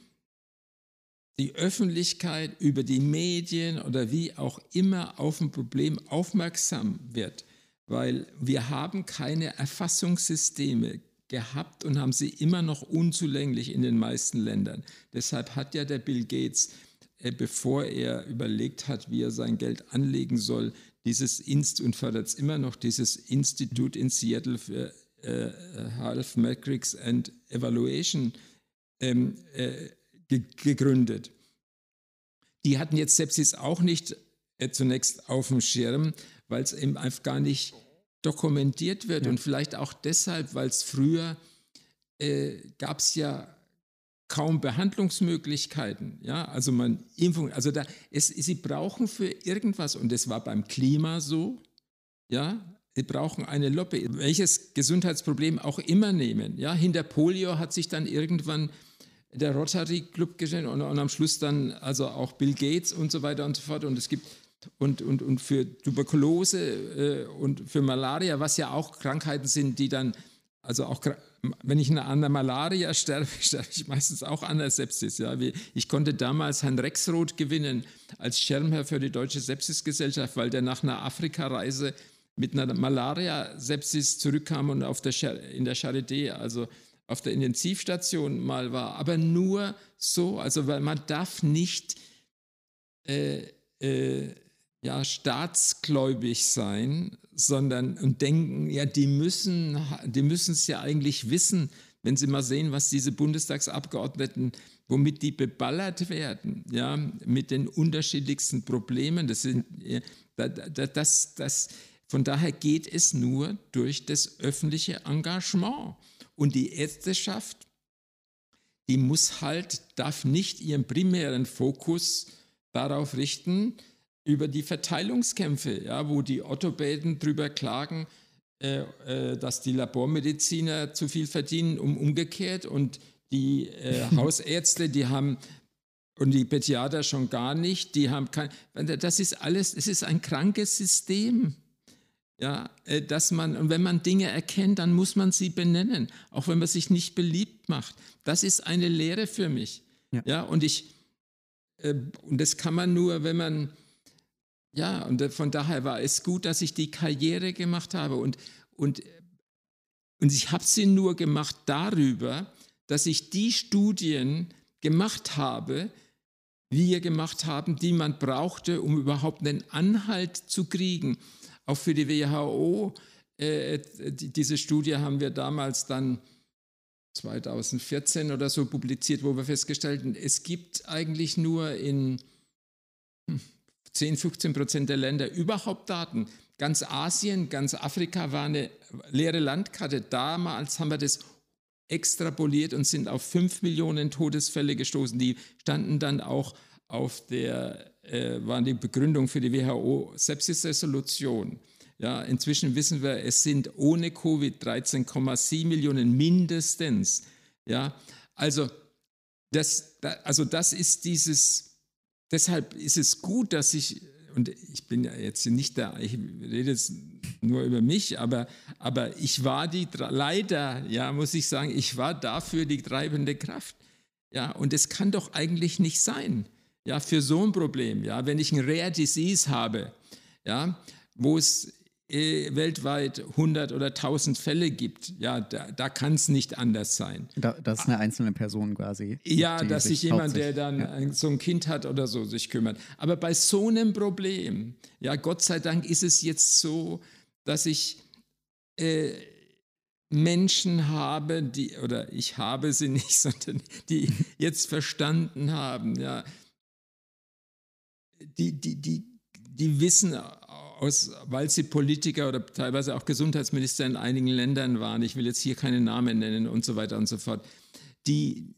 die Öffentlichkeit über die Medien oder wie auch immer auf ein Problem aufmerksam wird. Weil wir haben keine Erfassungssysteme gehabt und haben sie immer noch unzulänglich in den meisten Ländern. Deshalb hat ja der Bill Gates bevor er überlegt hat, wie er sein Geld anlegen soll, und fördert es immer noch, dieses Institut in Seattle für Health Metrics and Evaluation gegründet. Die hatten jetzt Sepsis auch nicht zunächst auf dem Schirm, weil es eben einfach gar nicht dokumentiert wird. Und vielleicht auch deshalb, weil es früher gab es ja kaum Behandlungsmöglichkeiten. Ja? Also Impfung, also sie brauchen für irgendwas, und das war beim Klima so, ja, sie brauchen eine Lobby, welches Gesundheitsproblem auch immer nehmen. Ja? Hinter Polio hat sich dann irgendwann der Rotary Club gestellt und am Schluss dann also auch Bill Gates und so weiter und so fort. Und es gibt und für Tuberkulose und für Malaria, was ja auch Krankheiten sind, die dann, also auch wenn ich an der Malaria sterbe ich meistens auch an der Sepsis. Ja. Ich konnte damals Herrn Rexroth gewinnen als Schirmherr für die Deutsche Sepsisgesellschaft, weil der nach einer Afrikareise mit einer Malaria-Sepsis zurückkam und in der Charité, also auf der Intensivstation mal war. Aber nur so, also weil man darf nicht staatsgläubig sein, sondern und denken, ja, die müssen es ja eigentlich wissen, wenn sie mal sehen, was diese Bundestagsabgeordneten, womit die beballert werden, ja, mit den unterschiedlichsten Problemen. Von daher geht es nur durch das öffentliche Engagement. Und die Ärzteschaft, die darf nicht ihren primären Fokus darauf richten, über die Verteilungskämpfe, ja, wo die Orthopäden drüber klagen, dass die Labormediziner zu viel verdienen, umgekehrt, und die Hausärzte, und die Pädiater schon gar nicht, es ist ein krankes System. Ja, und wenn man Dinge erkennt, dann muss man sie benennen, auch wenn man sich nicht beliebt macht. Das ist eine Lehre für mich. Ja, und das kann man nur, wenn man, ja, und von daher war es gut, dass ich die Karriere gemacht habe. Und ich habe sie nur gemacht darüber, dass ich die Studien gemacht habe, die man brauchte, um überhaupt einen Anhalt zu kriegen. Auch für die WHO, diese Studie haben wir damals dann 2014 oder so publiziert, wo wir festgestellt haben, es gibt eigentlich nur in 10-15% der Länder überhaupt Daten. Ganz Asien, ganz Afrika war eine leere Landkarte. Damals haben wir das extrapoliert und sind auf 5 Millionen Todesfälle gestoßen. Die standen dann auch waren die Begründung für die WHO-Sepsis-Resolution. Ja, inzwischen wissen wir, es sind ohne Covid 13,7 Millionen mindestens. Ja, also das ist deshalb ist es gut, dass und ich bin ja jetzt nicht da, ich rede jetzt nur über mich, aber ich war leider, ja, muss ich sagen, ich war dafür die treibende Kraft. Ja, und es kann doch eigentlich nicht sein, ja, für so ein Problem, ja, wenn ich ein Rare Disease habe, ja, wo es weltweit 100 oder 1000 Fälle gibt, ja, da kann es nicht anders sein. Das ist eine einzelne Person quasi. Ja, dass sich jemand, der dann so ein Kind hat oder so, sich kümmert. Aber bei so einem Problem, ja, Gott sei Dank ist es jetzt so, dass ich Menschen habe, ich habe sie nicht, sondern die jetzt verstanden haben, ja, die wissen, weil sie Politiker oder teilweise auch Gesundheitsminister in einigen Ländern waren, ich will jetzt hier keine Namen nennen und so weiter und so fort, die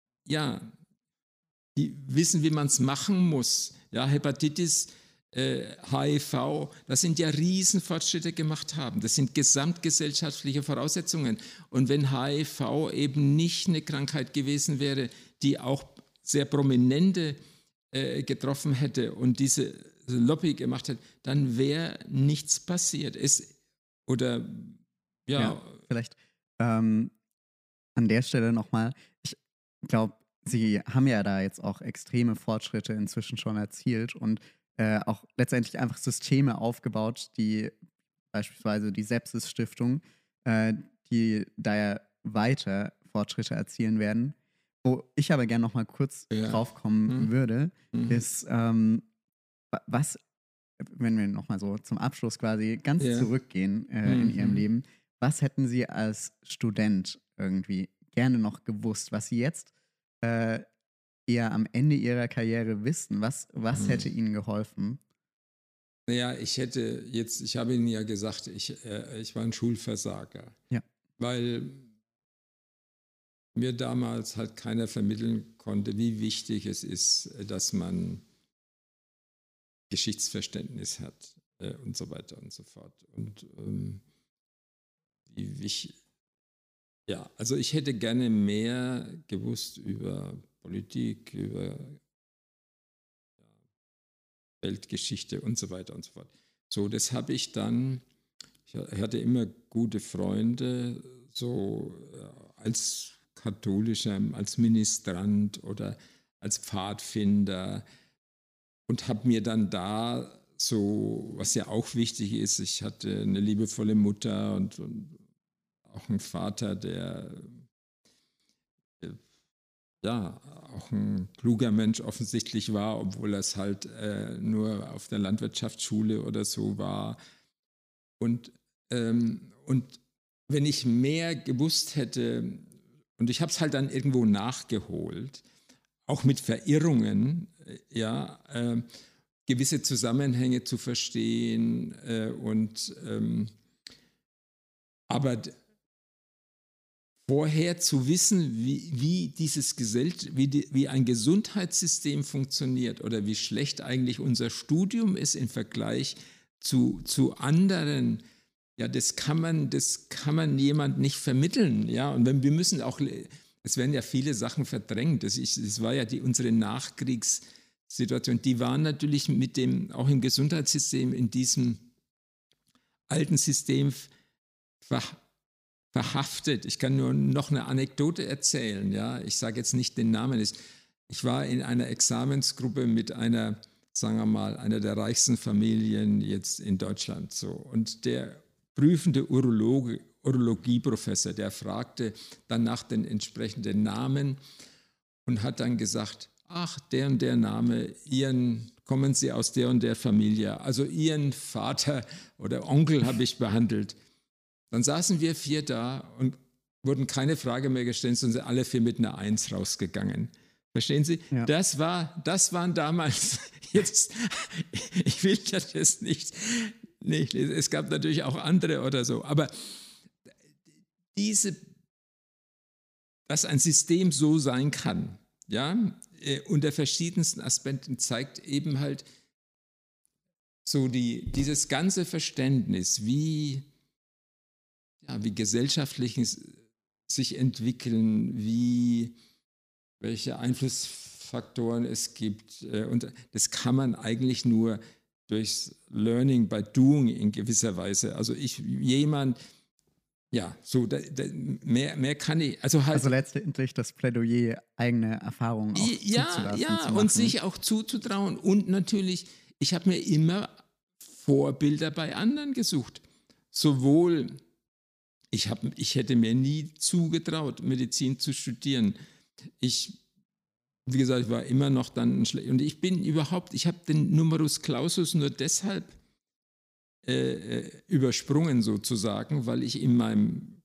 wissen, wie man es machen muss. Ja, Hepatitis, HIV, das sind ja Riesenfortschritte gemacht haben. Das sind gesamtgesellschaftliche Voraussetzungen. Und wenn HIV eben nicht eine Krankheit gewesen wäre, die auch sehr Prominente getroffen hätte und diese Lobby gemacht hätte, dann wäre nichts passiert. Vielleicht an der Stelle nochmal, ich glaube, Sie haben ja da jetzt auch extreme Fortschritte inzwischen schon erzielt und auch letztendlich einfach Systeme aufgebaut, die beispielsweise die Sepsis-Stiftung, die da ja weiter Fortschritte erzielen werden. Wo ich aber gerne noch mal kurz drauf kommen würde, ist, was, wenn wir noch mal so zum Abschluss quasi ganz zurückgehen in Ihrem Leben, was hätten Sie als Student irgendwie gerne noch gewusst, was Sie jetzt eher am Ende Ihrer Karriere wissen? Was hätte Ihnen geholfen? Naja, ich habe Ihnen ja gesagt, ich war ein Schulversager. Ja. Weil mir damals halt keiner vermitteln konnte, wie wichtig es ist, dass man Geschichtsverständnis hat und so weiter und so fort. Und also ich hätte gerne mehr gewusst über Politik, über Weltgeschichte und so weiter und so fort. So, das habe ich dann, ich hatte immer gute Freunde, so als Katholischer, als Ministrant oder als Pfadfinder und habe mir dann da so, was ja auch wichtig ist, ich hatte eine liebevolle Mutter und auch einen Vater, der auch ein kluger Mensch offensichtlich war, obwohl er es halt nur auf der Landwirtschaftsschule oder so war. Und wenn ich mehr gewusst hätte, und ich habe es halt dann irgendwo nachgeholt, auch mit Verirrungen, gewisse Zusammenhänge zu verstehen aber vorher zu wissen, wie ein Gesundheitssystem funktioniert oder wie schlecht eigentlich unser Studium ist im Vergleich zu anderen, ja, das kann man jemand nicht vermitteln, ja, und wir müssen auch, es werden ja viele Sachen verdrängt, das war ja unsere Nachkriegssituation, die waren natürlich auch im Gesundheitssystem, in diesem alten System verhaftet. Ich kann nur noch eine Anekdote erzählen, ja, ich sage jetzt nicht den Namen, ich war in einer Examensgruppe mit einer, sagen wir mal, einer der reichsten Familien jetzt in Deutschland, so, und der prüfende Urologieprofessor, der fragte dann nach den entsprechenden Namen und hat dann gesagt, ach, der und der Name, kommen Sie aus der und der Familie, also Ihren Vater oder Onkel habe ich behandelt. Dann saßen wir 4 da und wurden keine Frage mehr gestellt, sondern sind alle 4 mit einer 1 rausgegangen. Verstehen Sie? Ja. Das waren damals, jetzt, ich will das nicht, es gab natürlich auch andere oder so, aber dass ein System so sein kann, ja, unter verschiedensten Aspekten zeigt eben halt so dieses ganze Verständnis, wie gesellschaftliches sich entwickeln, welche Einflussfaktoren es gibt. Und das kann man eigentlich nur durchs Learning by Doing in gewisser Weise. Also mehr kann ich. Also letztendlich das Plädoyer, eigene Erfahrungen auch zuzulassen. Ja, und sich auch zuzutrauen. Und natürlich, ich habe mir immer Vorbilder bei anderen gesucht. Sowohl ich hätte mir nie zugetraut, Medizin zu studieren. Wie gesagt, ich war immer noch dann und ich habe den Numerus Clausus nur deshalb übersprungen sozusagen, weil ich in meinem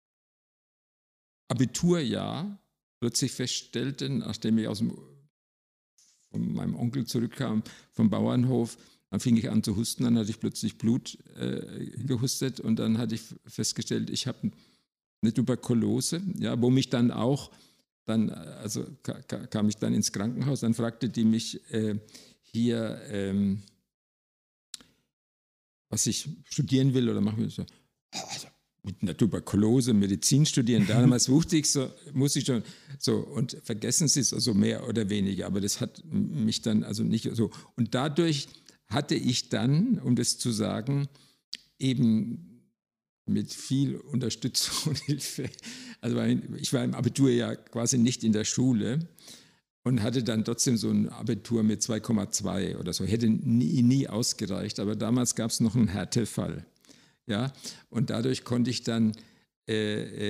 Abiturjahr plötzlich feststellte, nachdem ich von meinem Onkel zurückkam vom Bauernhof, dann fing ich an zu husten, dann hatte ich plötzlich Blut gehustet und dann hatte ich festgestellt, ich habe eine Tuberkulose, ja, wo mich dann auch, kam ich dann ins Krankenhaus, dann fragte die mich was ich studieren will oder machen will. So, also mit einer Tuberkulose Medizin studieren, damals musste ich schon so, und vergessen Sie es also mehr oder weniger, aber das hat mich dann also nicht so, und dadurch hatte ich dann, um das zu sagen, eben mit viel Unterstützung und Hilfe, also ich war im Abitur ja quasi nicht in der Schule und hatte dann trotzdem so ein Abitur mit 2,2 oder so, hätte nie ausgereicht, aber damals gab es noch einen Härtefall, ja, und dadurch konnte ich dann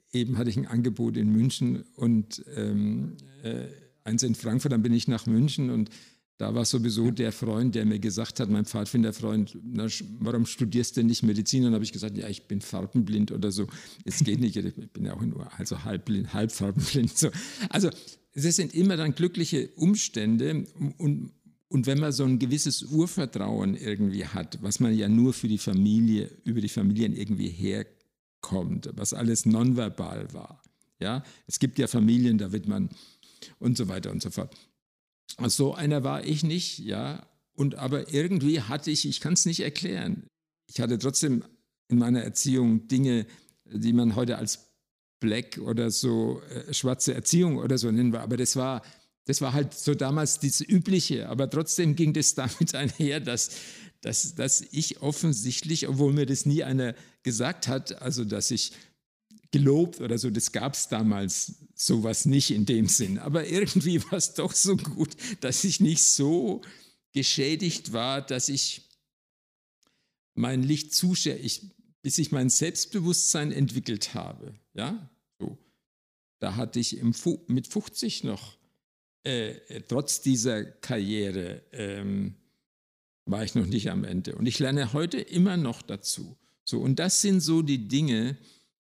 eben hatte ich ein Angebot in München und eins in Frankfurt, dann bin ich nach München und da war sowieso der Freund, der mir gesagt hat, mein Pfadfinderfreund, warum studierst du nicht Medizin? Und dann habe ich gesagt, ja, ich bin farbenblind oder so. Es geht nicht, ich bin ja auch nur also halbblind, halb farbenblind. So. Also das sind immer dann glückliche Umstände und wenn man so ein gewisses Urvertrauen irgendwie hat, was man ja nur für die Familie, über die Familien irgendwie herkommt, was alles nonverbal war. Ja? Es gibt ja Familien, da wird man und so weiter und so fort. So einer war ich nicht, ja. Aber irgendwie hatte ich kann es nicht erklären. Ich hatte trotzdem in meiner Erziehung Dinge, die man heute als Black oder so, schwarze Erziehung oder so nennen wir. Aber das war halt so damals das Übliche. Aber trotzdem ging das damit einher, dass ich offensichtlich, obwohl mir das nie einer gesagt hat, also dass ich gelobt oder so, das gab es damals sowas nicht in dem Sinn. Aber irgendwie war es doch so gut, dass ich nicht so geschädigt war, dass ich mein Licht bis ich mein Selbstbewusstsein entwickelt habe. Ja, so. Da hatte ich mit 50 noch, trotz dieser Karriere, war ich noch nicht am Ende. Und ich lerne heute immer noch dazu. So, und das sind so die Dinge,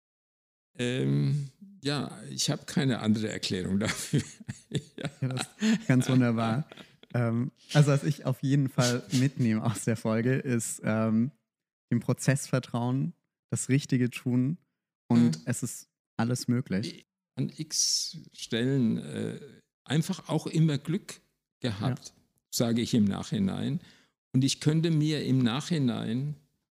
ja, ich habe keine andere Erklärung dafür. Ja, das ist ganz wunderbar. Also was ich auf jeden Fall mitnehme aus der Folge ist dem Prozess vertrauen, das Richtige tun und es ist alles möglich. An x Stellen einfach auch immer Glück gehabt, sage ich im Nachhinein. Und ich könnte mir im Nachhinein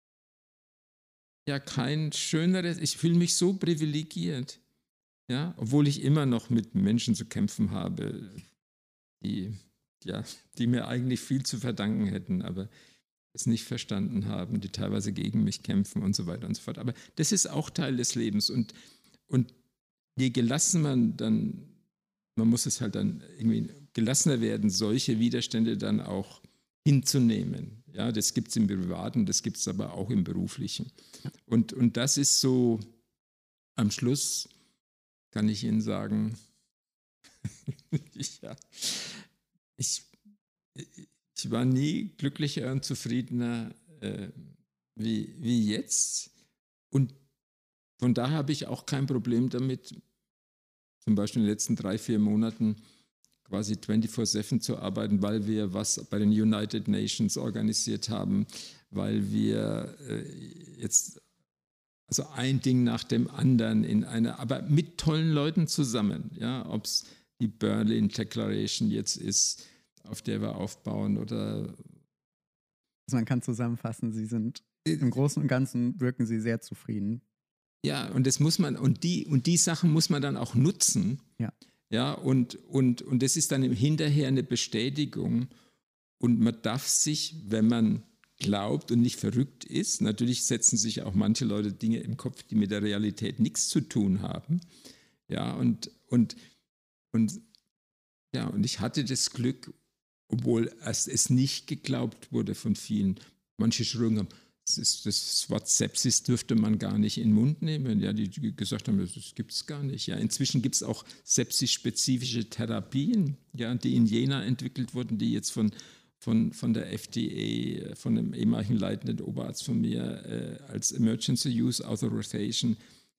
ja kein schöneres, ich fühle mich so privilegiert, ja, obwohl ich immer noch mit Menschen zu kämpfen habe, die mir eigentlich viel zu verdanken hätten, aber es nicht verstanden haben, die teilweise gegen mich kämpfen und so weiter und so fort. Aber das ist auch Teil des Lebens und je gelassen man muss es halt dann irgendwie gelassener werden, solche Widerstände dann auch hinzunehmen. Ja, das gibt es im Privaten, das gibt es aber auch im Beruflichen. Und das ist so, am Schluss kann ich Ihnen sagen, ich war nie glücklicher und zufriedener wie jetzt. Und von daher habe ich auch kein Problem damit, zum Beispiel in den letzten 3-4 Monaten quasi 24/7 zu arbeiten, weil wir was bei den United Nations organisiert haben, weil wir jetzt also ein Ding nach dem anderen aber mit tollen Leuten zusammen, ja, ob es die Berlin Declaration jetzt ist, auf der wir aufbauen oder. Also man kann zusammenfassen, Sie sind im Großen und Ganzen wirken Sie sehr zufrieden. Ja, und das muss man, und die Sachen muss man dann auch nutzen. Ja. Ja, und das ist dann hinterher eine Bestätigung. Und man darf sich, wenn man glaubt und nicht verrückt ist, natürlich setzen sich auch manche Leute Dinge im Kopf, die mit der Realität nichts zu tun haben. Ja, und ich hatte das Glück, obwohl es nicht geglaubt wurde von vielen. Manche schrien haben, das Wort Sepsis dürfte man gar nicht in den Mund nehmen, ja, die gesagt haben, das gibt es gar nicht. Ja. Inzwischen gibt es auch sepsis-spezifische Therapien, ja, die in Jena entwickelt wurden, die jetzt von der FDA, von einem ehemaligen leitenden Oberarzt von mir als Emergency Use Authorization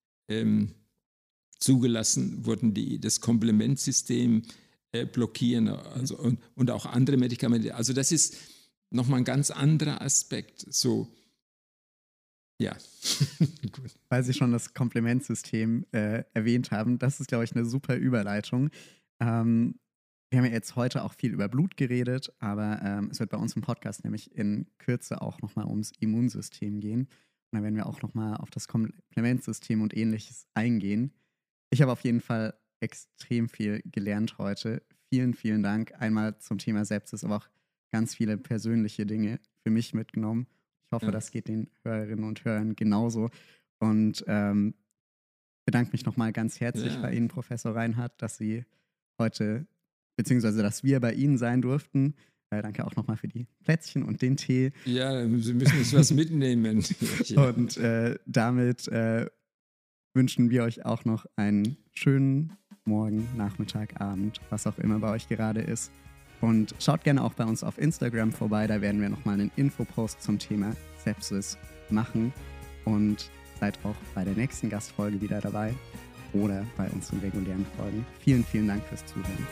zugelassen wurden, die das Komplementsystem blockieren, also, und auch andere Medikamente. Also das ist nochmal ein ganz anderer Aspekt. So, ja. Gut. Weil Sie schon das Komplementsystem erwähnt haben, das ist, glaube ich, eine super Überleitung. Wir haben ja jetzt heute auch viel über Blut geredet, aber es wird bei uns im Podcast nämlich in Kürze auch nochmal ums Immunsystem gehen. Und dann werden wir auch nochmal auf das Komplementsystem und Ähnliches eingehen. Ich habe auf jeden Fall extrem viel gelernt heute. Vielen, vielen Dank. Einmal zum Thema Sepsis, aber auch ganz viele persönliche Dinge für mich mitgenommen. Ich hoffe, das geht den Hörerinnen und Hörern genauso. Und bedanke mich nochmal ganz herzlich bei Ihnen, Professor Reinhardt, dass Sie heute, beziehungsweise dass wir bei Ihnen sein durften. Danke auch nochmal für die Plätzchen und den Tee. Ja, Sie müssen jetzt was mitnehmen. Und damit wünschen wir euch auch noch einen schönen Morgen, Nachmittag, Abend, was auch immer bei euch gerade ist. Und schaut gerne auch bei uns auf Instagram vorbei, da werden wir nochmal einen Infopost zum Thema Sepsis machen. Und seid auch bei der nächsten Gastfolge wieder dabei oder bei unseren regulären Folgen. Vielen, vielen Dank fürs Zuhören.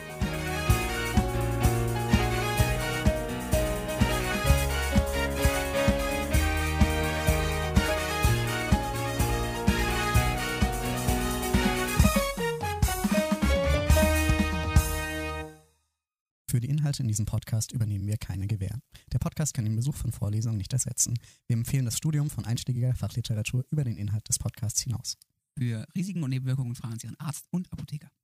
Für die Inhalte in diesem Podcast übernehmen wir keine Gewähr. Der Podcast kann den Besuch von Vorlesungen nicht ersetzen. Wir empfehlen das Studium von einschlägiger Fachliteratur über den Inhalt des Podcasts hinaus. Für Risiken und Nebenwirkungen fragen Sie Ihren Arzt und Apotheker.